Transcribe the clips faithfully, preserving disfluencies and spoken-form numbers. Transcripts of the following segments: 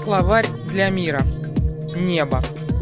Словарь для мира. Небо.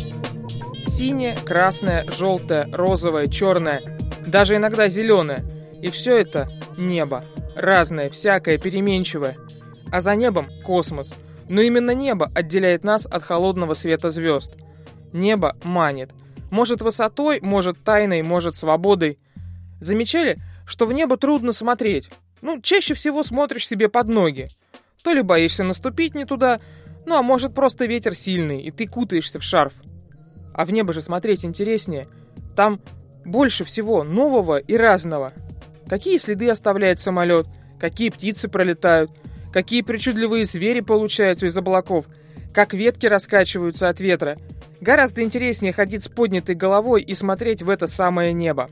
Синее, красное, желтое, розовое, черное, даже иногда зеленое. И все это небо. Разное, всякое, переменчивое. А за небом космос. Но именно небо отделяет нас от холодного света звезд. Небо манит. Может высотой, может тайной, может свободой. Замечали, что в небо трудно смотреть? Ну, чаще всего смотришь себе под ноги. То ли боишься наступить не туда, ну а может просто ветер сильный, и ты кутаешься в шарф. А в небо же смотреть интереснее. Там больше всего нового и разного. Какие следы оставляет самолет, какие птицы пролетают, какие причудливые звери получаются из облаков, как ветки раскачиваются от ветра. Гораздо интереснее ходить с поднятой головой и смотреть в это самое небо.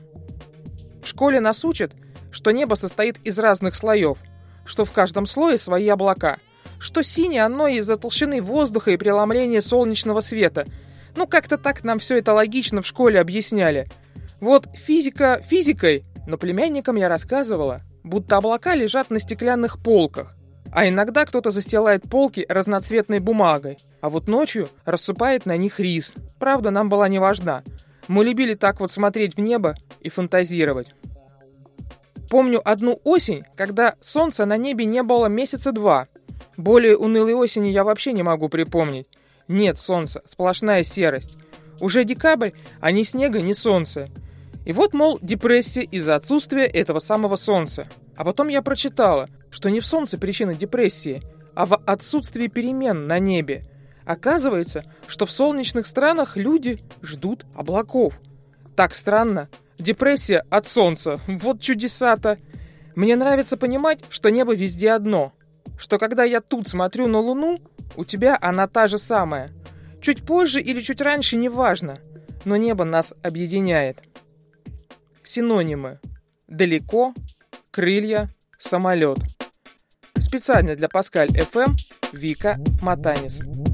В школе нас учат, что небо состоит из разных слоев, что в каждом слое свои облака, что синее оно из-за толщины воздуха и преломления солнечного света. Ну, как-то так нам все это логично в школе объясняли. Вот физика физикой, но племянникам я рассказывала, будто облака лежат на стеклянных полках, а иногда кто-то застилает полки разноцветной бумагой, а вот ночью рассыпает на них рис. Правда, нам была не важна. Мы любили так вот смотреть в небо и фантазировать. Помню одну осень, когда солнца на небе не было месяца два. Более унылой осени я вообще не могу припомнить. Нет солнца, сплошная серость. Уже декабрь, а ни снега, ни солнца. И вот, мол, депрессия из-за отсутствия этого самого солнца. А потом я прочитала, что не в солнце причина депрессии, а в отсутствии перемен на небе. Оказывается, что в солнечных странах люди ждут облаков. Так странно. Депрессия от солнца. Вот чудеса-то. Мне нравится понимать, что небо везде одно. Что когда я тут смотрю на Луну, у тебя она та же самая. Чуть позже или чуть раньше, неважно. Но небо нас объединяет. Синонимы. Далеко, крылья, самолет. Специально для Паскаль эф эм Вика Матанис.